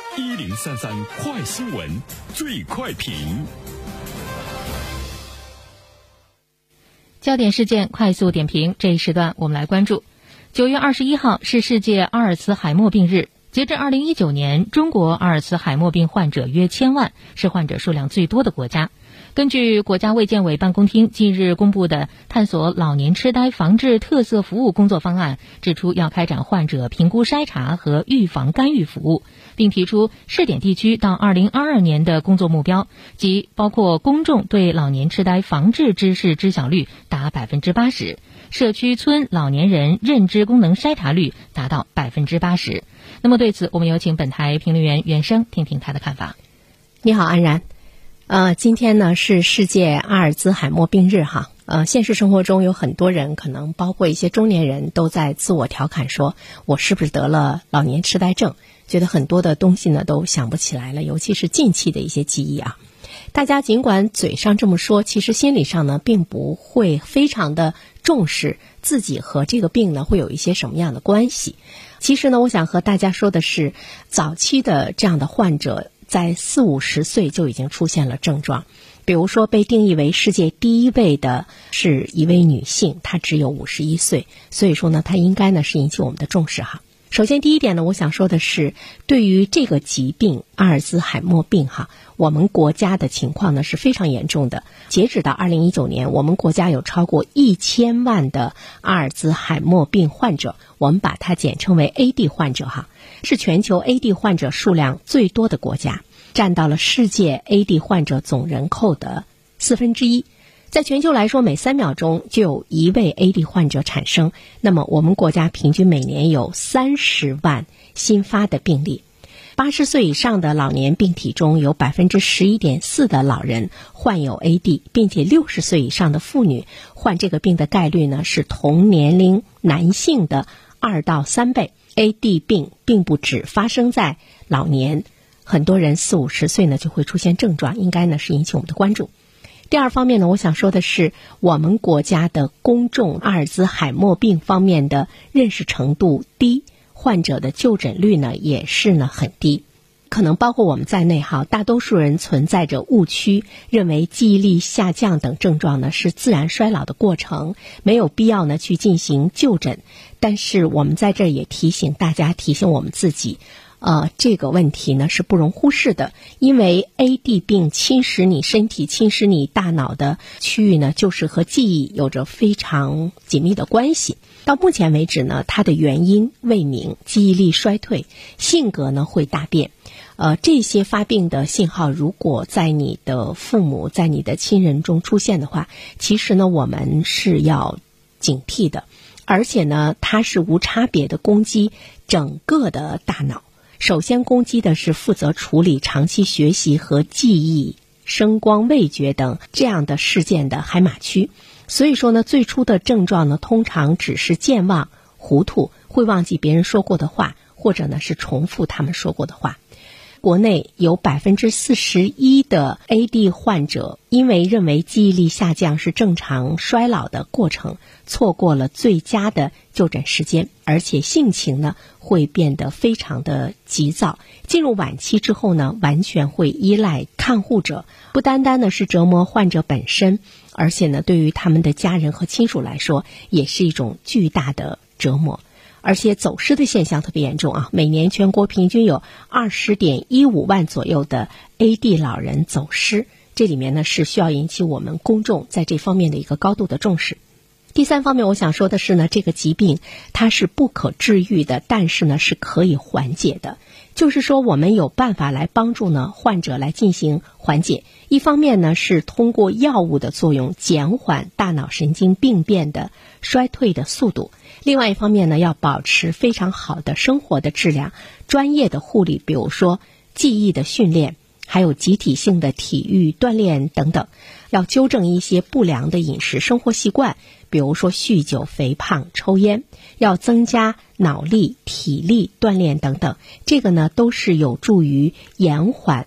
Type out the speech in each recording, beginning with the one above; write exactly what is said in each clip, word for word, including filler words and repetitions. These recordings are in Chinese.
一零三三快新闻最快评。 焦点事件快速点评，这一时段我们来关注。九月二十一号是世界阿尔茨海默病日。截至二零一九年，中国阿尔茨海默病患者约千万，是患者数量最多的国家。根据国家卫健委办公厅近日公布的探索老年痴呆防治特色服务工作方案，指出要开展患者评估筛查和预防干预服务，并提出试点地区到二零二二年的工作目标，即包括公众对老年痴呆防治知识知晓率达百分之八十，社区村老年人认知功能筛查率达到百分之八十。那么对此，我们有请本台评论员袁生听听他的看法。 你好，安然。呃，今天呢是世界阿尔兹海默病日哈。呃，现实生活中有很多人，可能包括一些中年人，都在自我调侃说，我是不是得了老年痴呆症？觉得很多的东西呢都想不起来了，尤其是近期的一些记忆啊。大家尽管嘴上这么说，其实心理上呢并不会非常的重视自己和这个病呢会有一些什么样的关系。其实呢，我想和大家说的是，早期的这样的患者在四五十岁就已经出现了症状。比如说被定义为世界第一位的是一位女性，她只有五十一岁，所以说呢她应该呢是引起我们的重视哈。首先第一点呢，我想说的是，对于这个疾病阿尔兹海默病哈，我们国家的情况呢是非常严重的。截止到二零一九年，我们国家有超过一千万的阿尔兹海默病患者，我们把它简称为 A D 患者哈，是全球 A D 患者数量最多的国家，占到了世界 A D 患者总人口的四分之一。在全球来说，每三秒钟就有一位 A D 患者产生，那么我们国家平均每年有三十万新发的病例。八十岁以上的老年病体中有 百分之十一点四 的老人患有 A D， 并且六十岁以上的妇女患这个病的概率呢是同年龄男性的二到三倍。A D 病并不只发生在老年，很多人四五十岁呢就会出现症状，应该呢是引起我们的关注。第二方面呢，我想说的是，我们国家的公众阿尔兹海默病方面的认识程度低，患者的就诊率呢也是呢很低。可能包括我们在内哈，大多数人存在着误区，认为记忆力下降等症状呢是自然衰老的过程，没有必要呢去进行就诊。但是我们在这儿也提醒大家，提醒我们自己，呃，这个问题呢是不容忽视的，因为 A D 病侵蚀你身体、侵蚀你大脑的区域呢，就是和记忆有着非常紧密的关系。到目前为止呢，它的原因未明，记忆力衰退，性格呢会大变。呃，这些发病的信号，如果在你的父母、在你的亲人中出现的话，其实呢，我们是要警惕的。而且呢，它是无差别的攻击整个的大脑。首先攻击的是负责处理长期学习和记忆、声光味觉等这样的事件的海马区。所以说呢，最初的症状呢，通常只是健忘、糊涂，会忘记别人说过的话，或者呢是重复他们说过的话。国内有 百分之四十一 的 A D 患者因为认为记忆力下降是正常衰老的过程，错过了最佳的就诊时间，而且性情呢会变得非常的急躁。进入晚期之后呢，完全会依赖看护者，不单单呢是折磨患者本身，而且呢对于他们的家人和亲属来说也是一种巨大的折磨。而且走失的现象特别严重啊！每年全国平均有 二十点一五万左右的 A D 老人走失，这里面呢是需要引起我们公众在这方面的一个高度的重视。第三方面我想说的是呢，这个疾病它是不可治愈的，但是呢是可以缓解的。就是说我们有办法来帮助呢患者来进行缓解。一方面呢是通过药物的作用减缓大脑神经病变的衰退的速度，另外一方面呢要保持非常好的生活的质量，专业的护理，比如说记忆的训练，还有集体性的体育锻炼等等，要纠正一些不良的饮食生活习惯，比如说酗酒、肥胖、抽烟，要增加脑力、体力锻炼等等，这个呢都是有助于延缓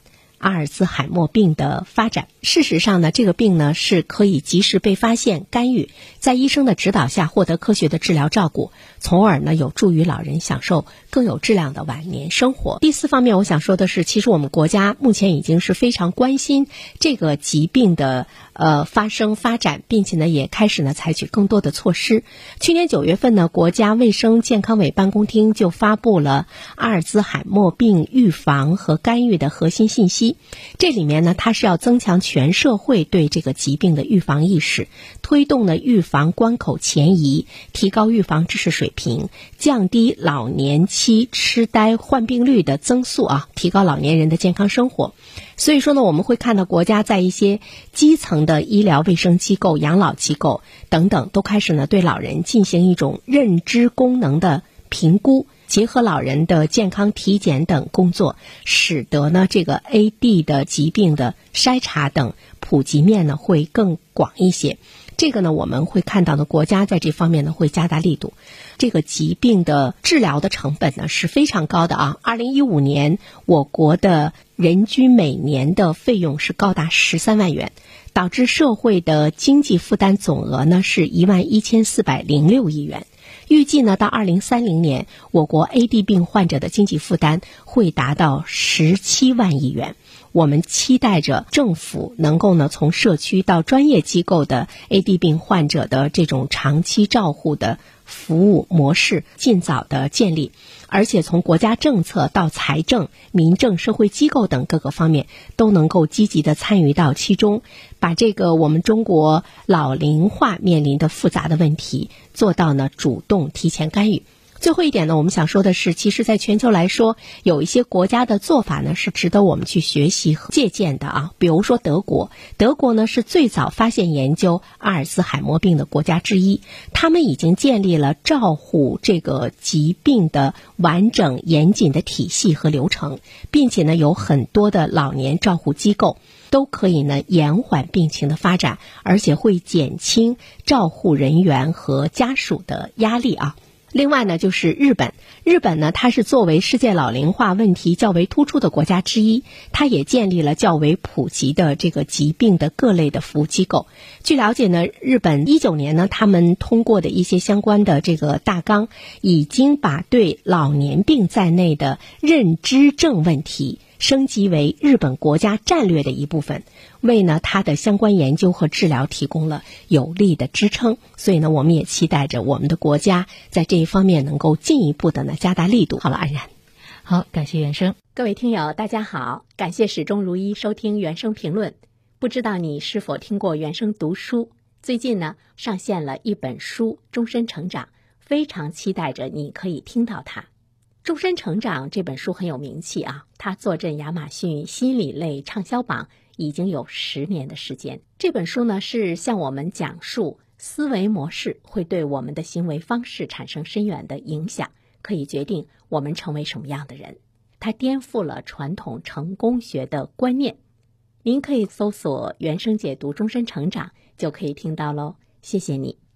阿尔兹海默病的发展。事实上呢，这个病呢是可以及时被发现、干预，在医生的指导下获得科学的治疗照顾，从而呢有助于老人享受更有质量的晚年生活。第四方面我想说的是，其实我们国家目前已经是非常关心这个疾病的呃发生发展，并且呢也开始呢采取更多的措施。去年九月份呢，国家卫生健康委办公厅就发布了阿尔兹海默病预防和干预的核心信息。这里面呢，它是要增强全社会对这个疾病的预防意识，推动呢预防关口前移，提高预防知识水平，降低老年期痴呆患病率的增速啊，提高老年人的健康生活。所以说呢，我们会看到国家在一些基层的医疗卫生机构、养老机构等等，都开始呢对老人进行一种认知功能的评估，结合老人的健康体检等工作，使得呢这个 A D 的疾病的筛查等普及面呢会更广一些。这个呢我们会看到呢国家在这方面呢会加大力度。这个疾病的治疗的成本呢是非常高的啊。二零一五年我国的人均每年的费用是高达十三万元，导致社会的经济负担总额呢是一万一千四百零六亿元。预计呢，到二零三零年，我国 A D 病患者的经济负担会达到十七万亿元。我们期待着政府能够呢，从社区到专业机构的 A D 病患者的这种长期照护的服务模式尽早的建立，而且从国家政策到财政、民政、社会机构等各个方面都能够积极的参与到其中，把这个我们中国老龄化面临的复杂的问题做到呢主动提前干预。最后一点呢，我们想说的是，其实在全球来说，有一些国家的做法呢是值得我们去学习和借鉴的啊。比如说德国，德国呢是最早发现研究阿尔兹海默病的国家之一，他们已经建立了照护这个疾病的完整严谨的体系和流程，并且呢有很多的老年照护机构都可以呢延缓病情的发展，而且会减轻照护人员和家属的压力啊。另外呢，就是日本。日本呢，它是作为世界老龄化问题较为突出的国家之一，它也建立了较为普及的这个疾病的各类的服务机构。据了解呢，日本一九年呢，他们通过的一些相关的这个大纲，已经把对老年病在内的认知症问题升级为日本国家战略的一部分，为呢它的相关研究和治疗提供了有力的支撑。所以呢，我们也期待着我们的国家在这一方面能够进一步的呢加大力度。好了，安然。 好，感谢原生。 各位听友大家好，感谢始终如一收听原生评论。不知道你是否听过原生读书，最近呢上线了一本书《终身成长》，非常期待着你可以听到它。终身成长这本书很有名气啊，它坐镇亚马逊心理类畅销榜已经有十年的时间。这本书呢是向我们讲述思维模式会对我们的行为方式产生深远的影响，可以决定我们成为什么样的人。它颠覆了传统成功学的观念。您可以搜索原声解读终身成长就可以听到喽，谢谢你。